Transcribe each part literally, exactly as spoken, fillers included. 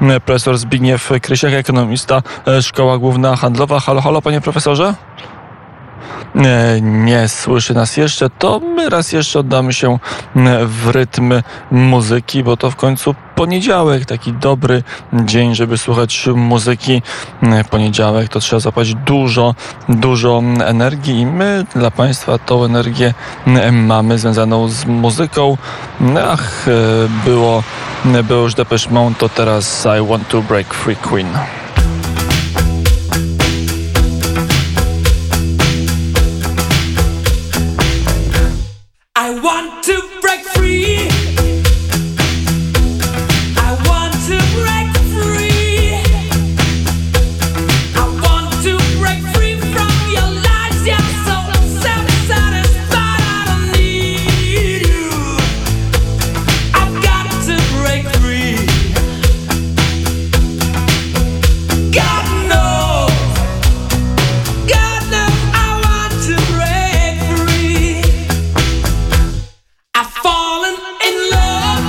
profesor Zbigniew Krysiak, ekonomista, Szkoła Główna Handlowa. Halo, halo, panie profesorze? Nie, nie słyszy nas jeszcze, to my raz jeszcze oddamy się w rytm muzyki, bo to w końcu poniedziałek, taki dobry dzień, żeby słuchać muzyki. W poniedziałek to trzeba zapłacić dużo, dużo energii i my dla państwa tą energię mamy związaną z muzyką. Ach, było, było już Depeche Mode, to teraz I Want to Break Free Queen. I want to break free. I want to break free. I want to break free from your lies. You're so self-satisfied. I don't need you. I've got to break free. God knows, God knows I want to break free. I've fallen in love.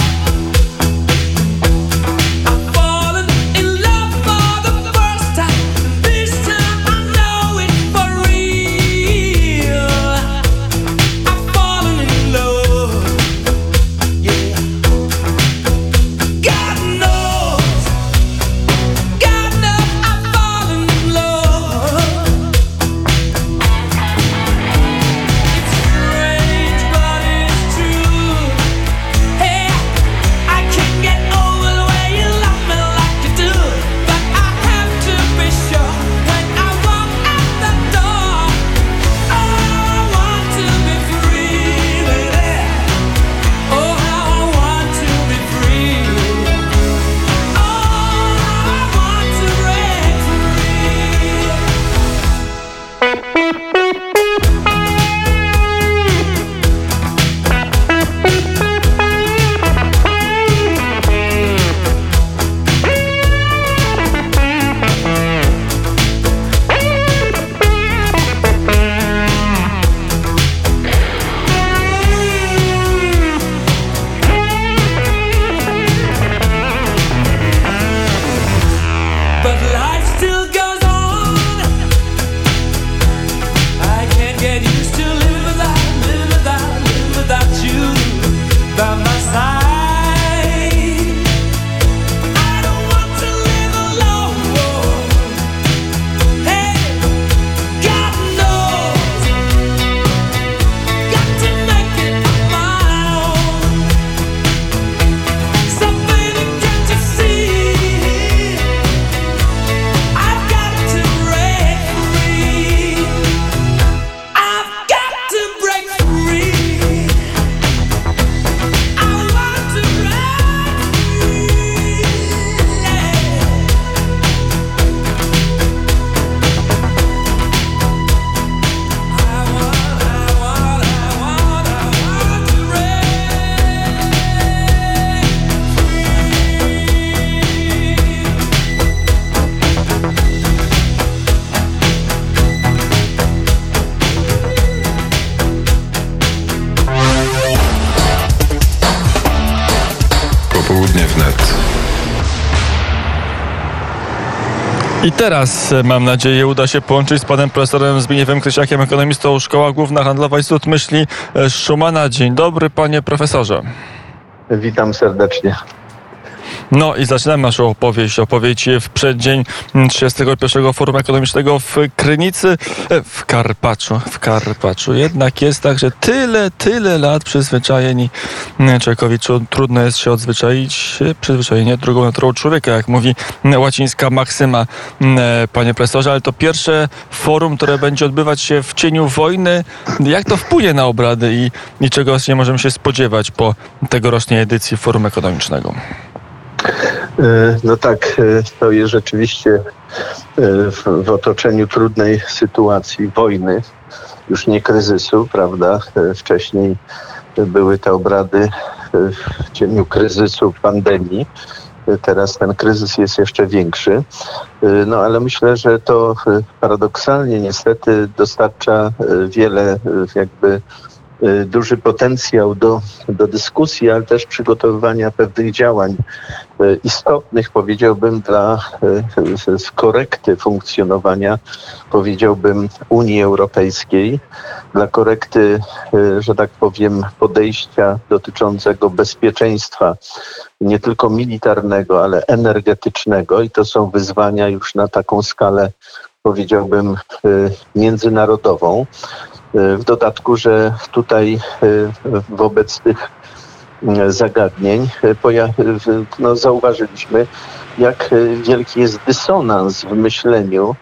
I've fallen in love for the first time. This time I know it for real. I've fallen in love. Yeah. God knows, God knows I've fallen in love. It's strange, but it's true. Hey, I can't get over the way you love me like you do. But I have to be sure when I walk out the door. Oh, I want to be free, baby. Oh, how I want to be free. Oh, I want to break free. But life still goes on. I can't get used to living without, living without, living without you by my side. I don't want to live alone. Hey, God knows, got to make it on my own. So baby, can't you see? I've got to break free. I've got to break free. I want to break free. I want, I want, I want, I want to break Popołudnie wnet. I teraz, e, mam nadzieję, uda się połączyć z panem profesorem Zbigniewem Krysiakiem, ekonomistą, Szkoła Główna Handlowa, Instytut Myśli e, Schumana. Dzień dobry, panie profesorze. Witam serdecznie. No i zaczynamy naszą opowieść. Opowieść w przeddzień trzydziestego pierwszego Forum Ekonomicznego w Krynicy, e, w Karpaczu. W Karpaczu. Jednak jest tak, że tyle, tyle lat przyzwyczajeni m, człowiekowi tru- trudno jest się odzwyczaić. e, Przyzwyczajenie drugą naturą człowieka, jak mówi m, łacińska maksyma, m, e, panie profesorze. Ale to pierwsze forum, które będzie odbywać się w cieniu wojny. Jak to wpłynie na obrady i, i czego właśnie możemy się spodziewać po tegorocznej edycji Forum Ekonomicznego? E, No tak, e, to jest rzeczywiście e, w, w otoczeniu trudnej sytuacji wojny, już nie kryzysu, prawda? E, Wcześniej były te obrady e, w cieniu kryzysu, pandemii. E, Teraz ten kryzys jest jeszcze większy. E, No ale myślę, że to e, paradoksalnie niestety dostarcza e, wiele e, jakby duży potencjał do, do dyskusji, ale też przygotowywania pewnych działań istotnych, powiedziałbym, dla korekty funkcjonowania, powiedziałbym, Unii Europejskiej, dla korekty, że tak powiem, podejścia dotyczącego bezpieczeństwa nie tylko militarnego, ale energetycznego i to są wyzwania już na taką skalę, powiedziałbym, międzynarodową. W dodatku, że tutaj wobec tych zagadnień no, zauważyliśmy, jak wielki jest dysonans w myśleniu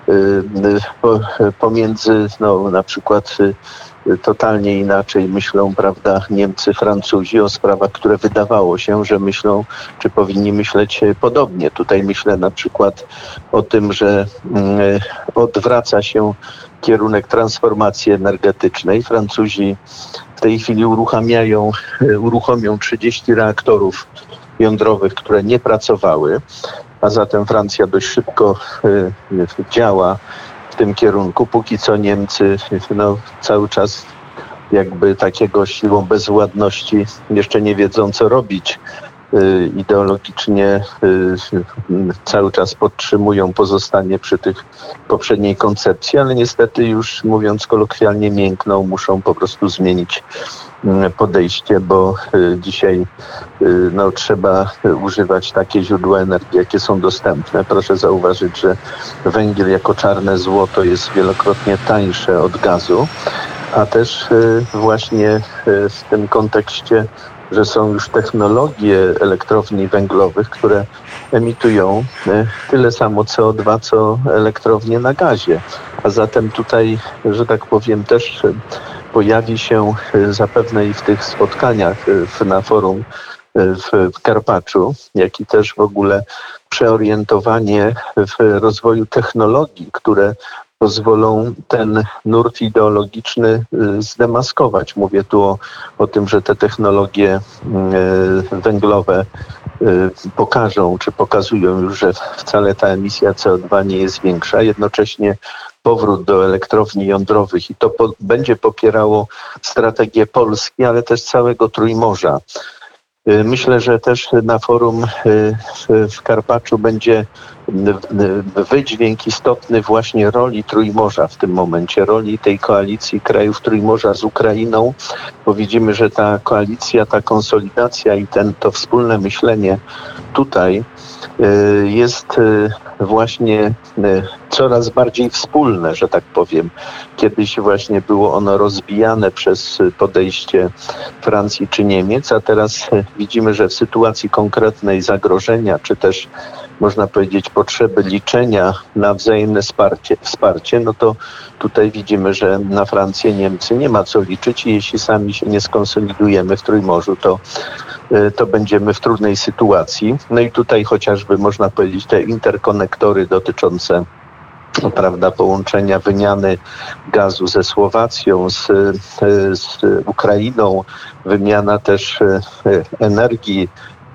pomiędzy no, na przykład totalnie inaczej myślą, prawda, Niemcy, Francuzi o sprawach, które wydawało się, że myślą, czy powinni myśleć podobnie. Tutaj myślę na przykład o tym, że odwraca się kierunek transformacji energetycznej. Francuzi w tej chwili uruchamiają, uruchomią trzydzieści reaktorów jądrowych, które nie pracowały, a zatem Francja dość szybko działa w tym kierunku. Póki co Niemcy no, cały czas jakby takiego siłą bezwładności jeszcze nie wiedzą, co robić. Ideologicznie cały czas podtrzymują pozostanie przy tych poprzedniej koncepcji, ale niestety już, mówiąc kolokwialnie, miękną, muszą po prostu zmienić podejście, bo dzisiaj no, trzeba używać takie źródła energii, jakie są dostępne. Proszę zauważyć, że węgiel jako czarne złoto jest wielokrotnie tańsze od gazu, a też właśnie w tym kontekście, że są już technologie elektrowni węglowych, które emitują tyle samo C O dwa, co elektrownie na gazie. A zatem tutaj, że tak powiem, też pojawi się zapewne i w tych spotkaniach na forum w Karpaczu, jak i też w ogóle przeorientowanie w rozwoju technologii, które pozwolą ten nurt ideologiczny zdemaskować. Mówię tu o, o tym, że te technologie węglowe pokażą, czy pokazują już, że wcale ta emisja C O dwa nie jest większa. Jednocześnie powrót do elektrowni jądrowych i to po, będzie popierało strategię Polski, ale też całego Trójmorza. Myślę, że też na forum w Karpaczu będzie wydźwięk istotny właśnie roli Trójmorza w tym momencie, roli tej koalicji krajów Trójmorza z Ukrainą, bo widzimy, że ta koalicja, ta konsolidacja i ten, to wspólne myślenie tutaj jest właśnie coraz bardziej wspólne, że tak powiem. Kiedyś właśnie było ono rozbijane przez podejście Francji czy Niemiec, a teraz widzimy, że w sytuacji konkretnej zagrożenia, czy też można powiedzieć potrzeby liczenia na wzajemne wsparcie, wsparcie, no to tutaj widzimy, że na Francję, Niemcy nie ma co liczyć i jeśli sami się nie skonsolidujemy w Trójmorzu, to, to będziemy w trudnej sytuacji. No i tutaj chociażby można powiedzieć te interkonektory dotyczące prawda, połączenia, wymiany gazu ze Słowacją, z, z Ukrainą, wymiana też energii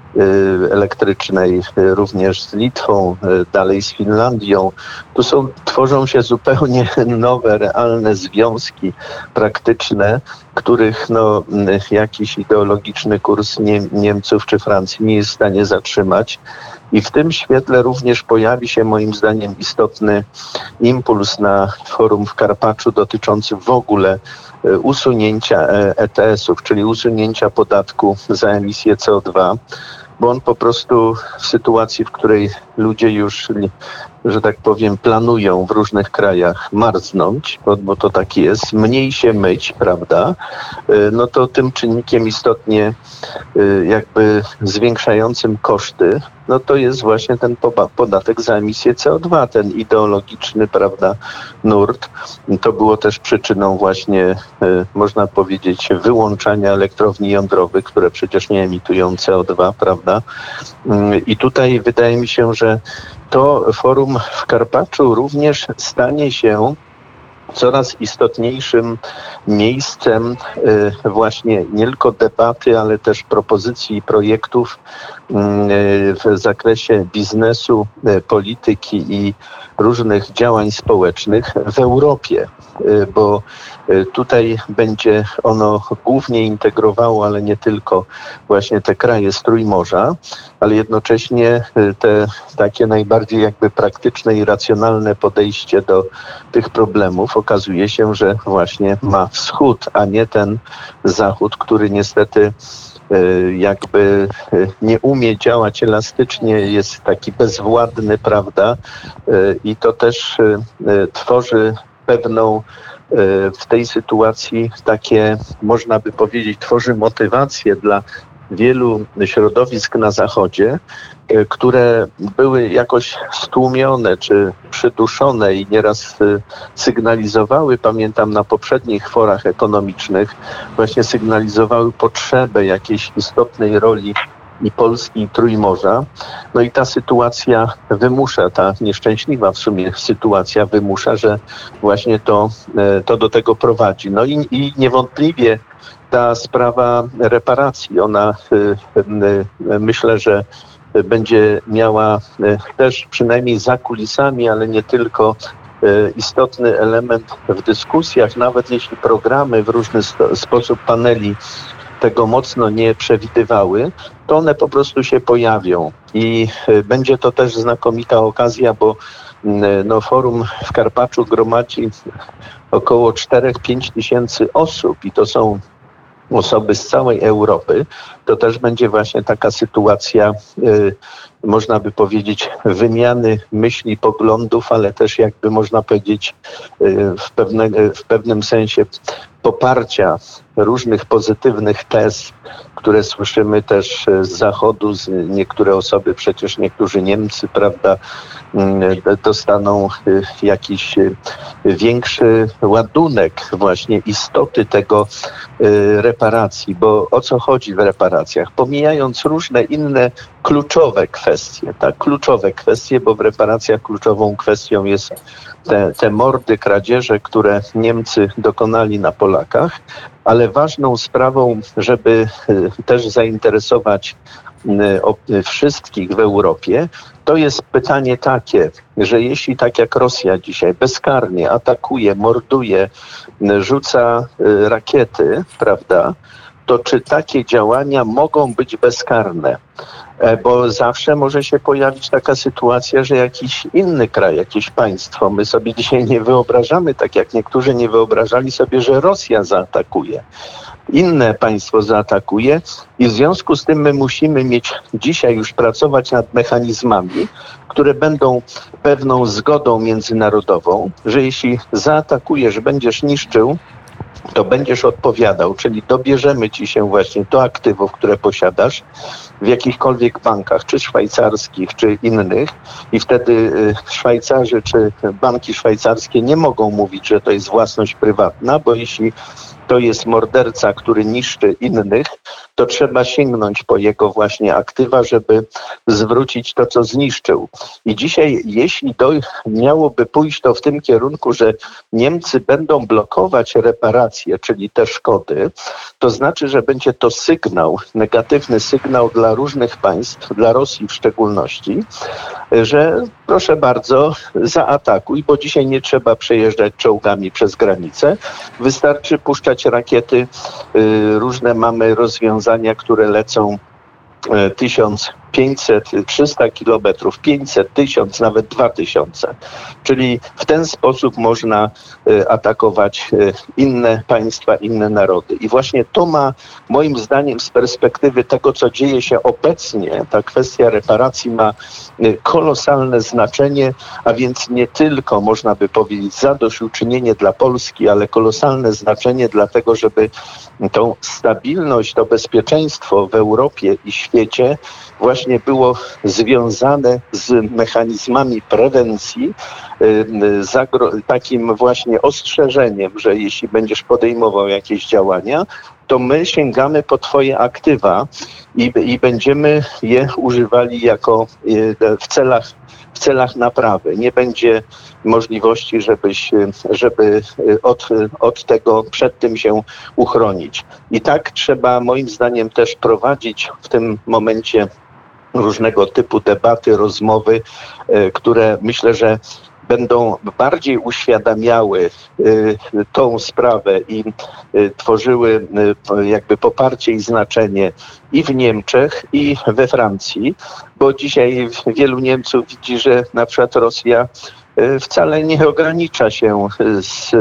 elektrycznej, również z Litwą, dalej z Finlandią. Tu są, tworzą się zupełnie nowe, realne związki praktyczne, których no, jakiś ideologiczny kurs Nie- Niemców czy Francji nie jest w stanie zatrzymać. I w tym świetle również pojawi się moim zdaniem istotny impuls na forum w Karpaczu dotyczący w ogóle usunięcia E T S-ów, czyli usunięcia podatku za emisję C O dwa, bo on po prostu w sytuacji, w której ludzie już, że tak powiem, planują w różnych krajach marznąć, bo, bo to tak jest, mniej się myć, prawda, no to tym czynnikiem istotnie jakby zwiększającym koszty, no to jest właśnie ten podatek za emisję C O dwa, ten ideologiczny, prawda, nurt. To było też przyczyną właśnie, można powiedzieć, wyłączania elektrowni jądrowych, które przecież nie emitują C O dwa, prawda. I tutaj wydaje mi się, że to forum w Karpaczu również stanie się coraz istotniejszym miejscem właśnie nie tylko debaty, ale też propozycji i projektów w zakresie biznesu, polityki i różnych działań społecznych w Europie, bo tutaj będzie ono głównie integrowało, ale nie tylko właśnie te kraje z Trójmorza, ale jednocześnie te takie najbardziej jakby praktyczne i racjonalne podejście do tych problemów okazuje się, że właśnie ma Wschód, a nie ten Zachód, który niestety jakby nie umie działać elastycznie, jest taki bezwładny, prawda? I to też tworzy pewną w tej sytuacji takie, można by powiedzieć, tworzy motywację dla wielu środowisk na Zachodzie, które były jakoś stłumione czy przyduszone i nieraz sygnalizowały, pamiętam na poprzednich forach ekonomicznych, właśnie sygnalizowały potrzebę jakiejś istotnej roli i Polski, i Trójmorza. No i ta sytuacja wymusza, ta nieszczęśliwa w sumie sytuacja wymusza, że właśnie to, to do tego prowadzi. No i, i niewątpliwie ta sprawa reparacji, ona myślę, że będzie miała też przynajmniej za kulisami, ale nie tylko, istotny element w dyskusjach, nawet jeśli programy w różny sposób paneli tego mocno nie przewidywały, to one po prostu się pojawią i będzie to też znakomita okazja, bo no, forum w Karpaczu gromadzi około cztery do pięciu tysięcy osób i to są osoby z całej Europy. To też będzie właśnie taka sytuacja, y, można by powiedzieć, wymiany myśli, poglądów, ale też jakby można powiedzieć y, w, pewne, w pewnym sensie poparcia różnych pozytywnych tez, które słyszymy też z Zachodu, z niektóre osoby, przecież niektórzy Niemcy, prawda, dostaną jakiś większy ładunek właśnie istoty tego reparacji, bo o co chodzi w reparacjach? Pomijając różne inne kluczowe kwestie, tak, kluczowe kwestie, bo w reparacjach kluczową kwestią jest te, te mordy, kradzieże, które Niemcy dokonali na Polakach, ale ważną sprawą, żeby też zainteresować wszystkich w Europie, to jest pytanie takie, że jeśli tak jak Rosja dzisiaj bezkarnie atakuje, morduje, rzuca rakiety, prawda, to czy takie działania mogą być bezkarne? Bo zawsze może się pojawić taka sytuacja, że jakiś inny kraj, jakieś państwo, my sobie dzisiaj nie wyobrażamy, tak jak niektórzy nie wyobrażali sobie, że Rosja zaatakuje. Inne państwo zaatakuje i w związku z tym my musimy mieć dzisiaj już pracować nad mechanizmami, które będą pewną zgodą międzynarodową, że jeśli zaatakujesz, będziesz niszczył, to będziesz odpowiadał, czyli dobierzemy ci się właśnie do aktywów, które posiadasz w jakichkolwiek bankach, czy szwajcarskich, czy innych i wtedy Szwajcarzy, czy banki szwajcarskie nie mogą mówić, że to jest własność prywatna, bo jeśli to jest morderca, który niszczy innych, to trzeba sięgnąć po jego właśnie aktywa, żeby zwrócić to, co zniszczył. I dzisiaj, jeśli do, miałoby pójść to w tym kierunku, że Niemcy będą blokować reparacje, czyli te szkody, to znaczy, że będzie to sygnał, negatywny sygnał dla różnych państw, dla Rosji w szczególności, że proszę bardzo, zaatakuj, bo dzisiaj nie trzeba przejeżdżać czołgami przez granicę. Wystarczy puszczać rakiety. Różne mamy rozwiązania, które lecą tysiąc pięćset, trzysta kilometrów, pięćset, tysiąc, nawet dwa tysiące. Czyli w ten sposób można atakować inne państwa, inne narody. I właśnie to ma, moim zdaniem, z perspektywy tego, co dzieje się obecnie, ta kwestia reparacji ma kolosalne znaczenie, a więc nie tylko, można by powiedzieć, zadośćuczynienie dla Polski, ale kolosalne znaczenie dlatego, żeby tą stabilność, to bezpieczeństwo w Europie i świecie właśnie było związane z mechanizmami prewencji, takim właśnie ostrzeżeniem, że jeśli będziesz podejmował jakieś działania, to my sięgamy po twoje aktywa i, i będziemy je używali jako w celach, w celach naprawy. Nie będzie możliwości, żebyś, żeby od, od tego, przed tym się uchronić. I tak trzeba moim zdaniem też prowadzić w tym momencie różnego typu debaty, rozmowy, które myślę, że będą bardziej uświadamiały y, tą sprawę i y, tworzyły y, jakby poparcie i znaczenie i w Niemczech, i we Francji, bo dzisiaj wielu Niemców widzi, że na przykład Rosja y, wcale nie ogranicza się z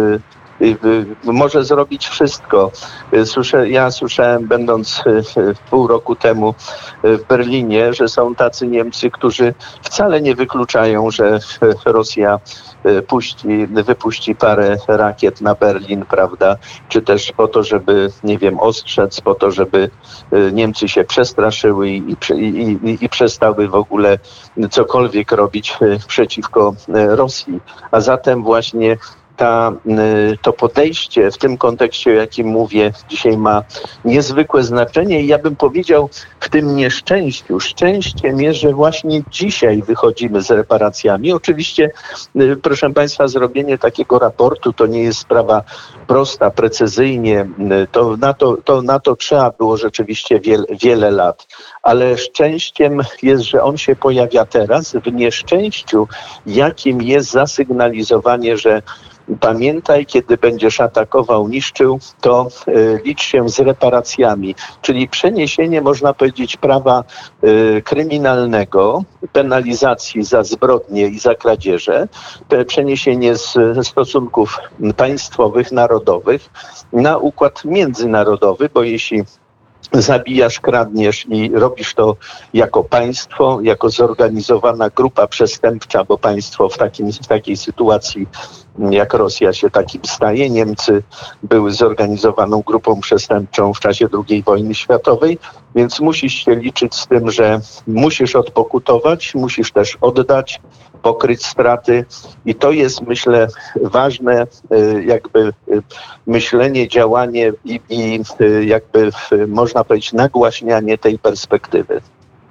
może zrobić wszystko. Słyszę, ja słyszałem, będąc pół roku temu w Berlinie, że są tacy Niemcy, którzy wcale nie wykluczają, że Rosja puści, wypuści parę rakiet na Berlin, prawda? Czy też po to, żeby, nie wiem, ostrzec, po to, żeby Niemcy się przestraszyły i, i, i, i przestały w ogóle cokolwiek robić przeciwko Rosji. A zatem właśnie Ta, to podejście w tym kontekście, o jakim mówię, dzisiaj ma niezwykłe znaczenie i ja bym powiedział w tym nieszczęściu, szczęściem jest, że właśnie dzisiaj wychodzimy z reparacjami. Oczywiście, proszę Państwa, zrobienie takiego raportu to nie jest sprawa prosta, precyzyjnie, to na to, to, na to trzeba było rzeczywiście wiele, wiele lat, ale szczęściem jest, że on się pojawia teraz w nieszczęściu, jakim jest zasygnalizowanie, że pamiętaj, kiedy będziesz atakował, niszczył, to y, licz się z reparacjami, czyli przeniesienie, można powiedzieć, prawa y, kryminalnego, penalizacji za zbrodnie i za kradzieże, przeniesienie z, ze stosunków państwowych, narodowych na układ międzynarodowy, bo jeśli zabijasz, kradniesz i robisz to jako państwo, jako zorganizowana grupa przestępcza, bo państwo w, takim, w takiej sytuacji jak Rosja się takim staje. Niemcy były zorganizowaną grupą przestępczą w czasie drugiej wojny światowej, więc musisz się liczyć z tym, że musisz odpokutować, musisz też oddać, pokryć straty i to jest, myślę, ważne jakby myślenie, działanie i, i jakby można powiedzieć nagłaśnianie tej perspektywy.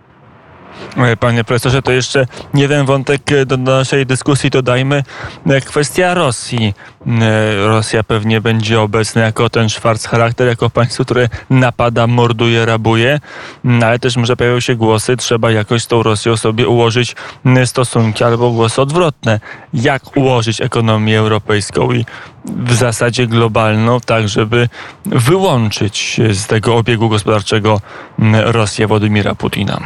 Panie profesorze, to jeszcze jeden wątek do naszej dyskusji dodajmy. Kwestia Rosji. Rosja pewnie będzie obecna jako ten Schwarzcharakter, jako państwo, które napada, morduje, rabuje, ale też może pojawią się głosy, trzeba jakoś z tą Rosją sobie ułożyć stosunki, albo głosy odwrotne. Jak ułożyć ekonomię europejską i w zasadzie globalną, tak żeby wyłączyć z tego obiegu gospodarczego Rosję Władimira Putina?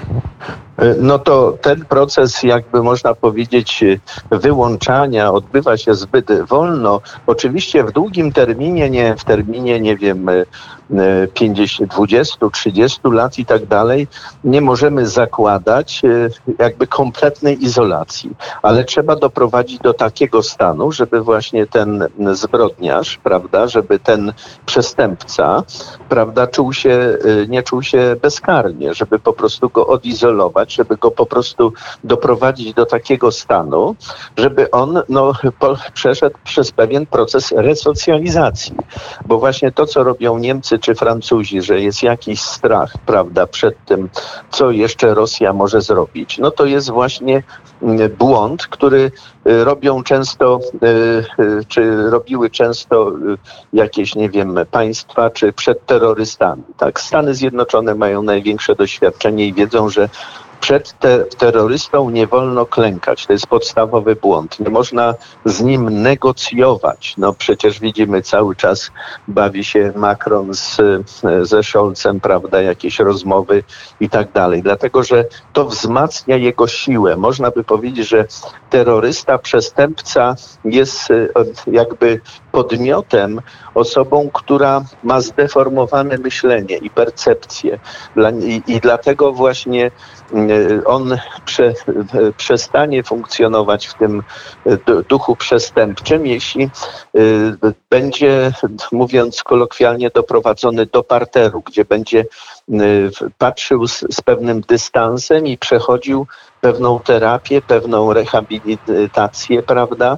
No to ten proces, jakby można powiedzieć, wyłączania odbywa się zbyt wolno. Oczywiście w długim terminie, nie w terminie, nie wiem, pięćdziesięciu, dwudziestu, trzydziestu lat i tak dalej, nie możemy zakładać jakby kompletnej izolacji. Ale trzeba doprowadzić do takiego stanu, żeby właśnie ten zbrodniarz, prawda, żeby ten przestępca, prawda, czuł się, nie czuł się bezkarnie, żeby po prostu go odizolować, żeby go po prostu doprowadzić do takiego stanu, żeby on no, po, przeszedł przez pewien proces resocjalizacji. Bo właśnie to, co robią Niemcy czy Francuzi, że jest jakiś strach, prawda, przed tym, co jeszcze Rosja może zrobić, no to jest właśnie błąd, który robią często, czy robiły często jakieś, nie wiem, państwa, czy przed terrorystami. Tak, Stany Zjednoczone mają największe doświadczenie i wiedzą, że przed te, terrorystą nie wolno klękać. To jest podstawowy błąd. Nie można z nim negocjować. No przecież widzimy cały czas bawi się Macron z, ze Scholzem, prawda, jakieś rozmowy i tak dalej. Dlatego, że to wzmacnia jego siłę. Można by powiedzieć, że terrorysta, przestępca jest jakby podmiotem, osobą, która ma zdeformowane myślenie i percepcję. I, i dlatego właśnie on prze, przestanie funkcjonować w tym duchu przestępczym, jeśli będzie, mówiąc kolokwialnie, doprowadzony do parteru, gdzie będzie patrzył z, z pewnym dystansem i przechodził pewną terapię, pewną rehabilitację, prawda?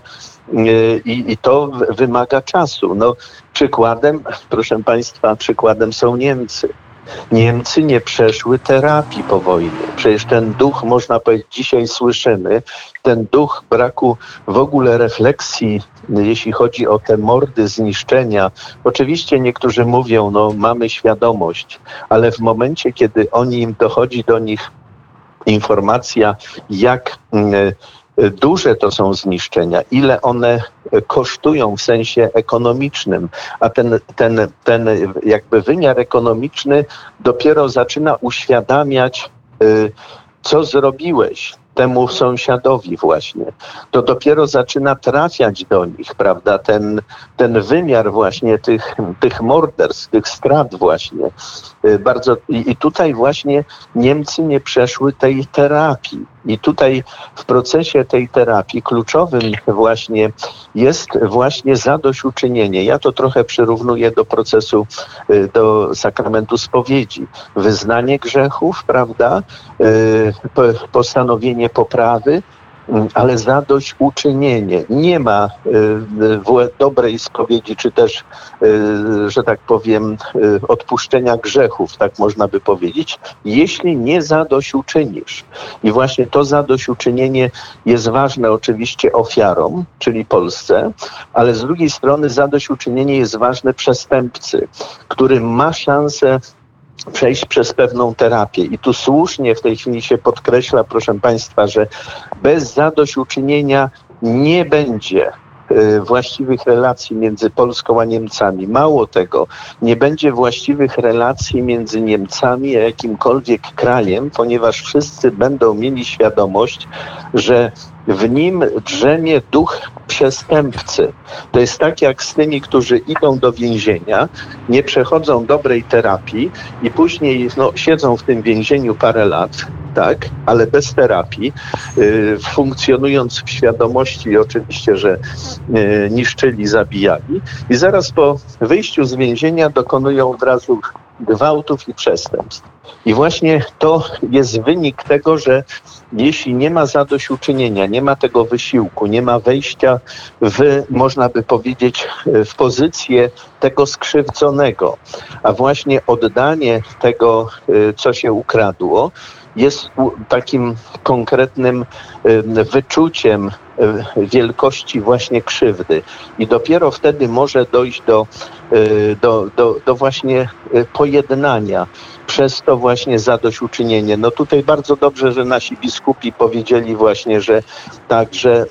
I, i to wymaga czasu. No, przykładem, proszę Państwa, przykładem są Niemcy. Niemcy nie przeszły terapii po wojnie. Przecież ten duch, można powiedzieć, dzisiaj słyszymy, ten duch braku w ogóle refleksji, jeśli chodzi o te mordy, zniszczenia. Oczywiście niektórzy mówią, no mamy świadomość, ale w momencie, kiedy oni, dochodzi do nich informacja, jak duże to są zniszczenia, ile one kosztują w sensie ekonomicznym, a ten, ten, ten jakby wymiar ekonomiczny dopiero zaczyna uświadamiać, co zrobiłeś temu sąsiadowi właśnie. To dopiero zaczyna trafiać do nich, prawda, ten, ten wymiar właśnie tych, tych morderstw, tych strat właśnie. Bardzo, i, i tutaj właśnie Niemcy nie przeszły tej terapii. I tutaj w procesie tej terapii kluczowym właśnie jest właśnie zadośćuczynienie. Ja to trochę przyrównuję do procesu, do sakramentu spowiedzi. Wyznanie grzechów, prawda? Postanowienie poprawy, ale zadośćuczynienie. Nie ma y, dobrej spowiedzi, czy też, y, że tak powiem, y, odpuszczenia grzechów, tak można by powiedzieć, jeśli nie zadośćuczynisz. I właśnie to zadośćuczynienie jest ważne oczywiście ofiarom, czyli Polsce, ale z drugiej strony zadośćuczynienie jest ważne przestępcy, który ma szansę przejść przez pewną terapię. I tu słusznie w tej chwili się podkreśla, proszę Państwa, że bez zadośćuczynienia nie będzie właściwych relacji między Polską a Niemcami. Mało tego, nie będzie właściwych relacji między Niemcami a jakimkolwiek krajem, ponieważ wszyscy będą mieli świadomość, że w nim drzemie duch przestępcy. To jest tak jak z tymi, którzy idą do więzienia, nie przechodzą dobrej terapii i później no, siedzą w tym więzieniu parę lat, tak, ale bez terapii, y, funkcjonując w świadomości oczywiście, że y, niszczyli, zabijali i zaraz po wyjściu z więzienia dokonują od razu gwałtów i przestępstw. I właśnie to jest wynik tego, że jeśli nie ma zadośćuczynienia, nie ma tego wysiłku, nie ma wejścia w, można by powiedzieć, w pozycję tego skrzywdzonego, a właśnie oddanie tego, co się ukradło, jest takim konkretnym wyczuciem wielkości właśnie krzywdy. I dopiero wtedy może dojść do, do, do, do właśnie pojednania przez to właśnie zadośćuczynienie. No tutaj bardzo dobrze, że nasi biskupi powiedzieli właśnie, że tak, że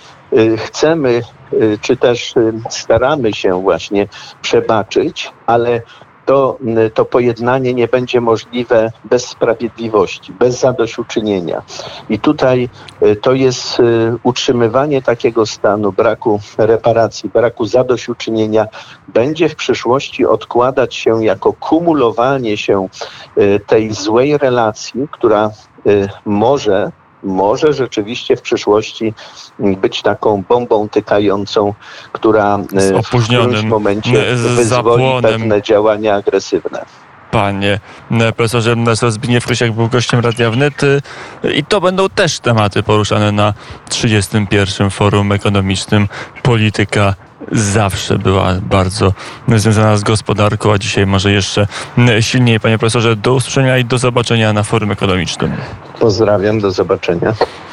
chcemy, czy też staramy się właśnie przebaczyć, ale To, to pojednanie nie będzie możliwe bez sprawiedliwości, bez zadośćuczynienia. I tutaj to jest utrzymywanie takiego stanu, braku reparacji, braku zadośćuczynienia, będzie w przyszłości odkładać się jako kumulowanie się tej złej relacji, która może może rzeczywiście w przyszłości być taką bombą tykającą, która w którymś momencie wyzwoli pewne działania agresywne. Panie profesorze, Zbigniew Krysiak był gościem Radia Wnet i to będą też tematy poruszane na trzydziestym pierwszym Forum Ekonomicznym. Polityka zawsze była bardzo związana z gospodarką, a dzisiaj może jeszcze silniej. Panie profesorze, do usłyszenia i do zobaczenia na Forum Ekonomicznym. Pozdrawiam, do zobaczenia.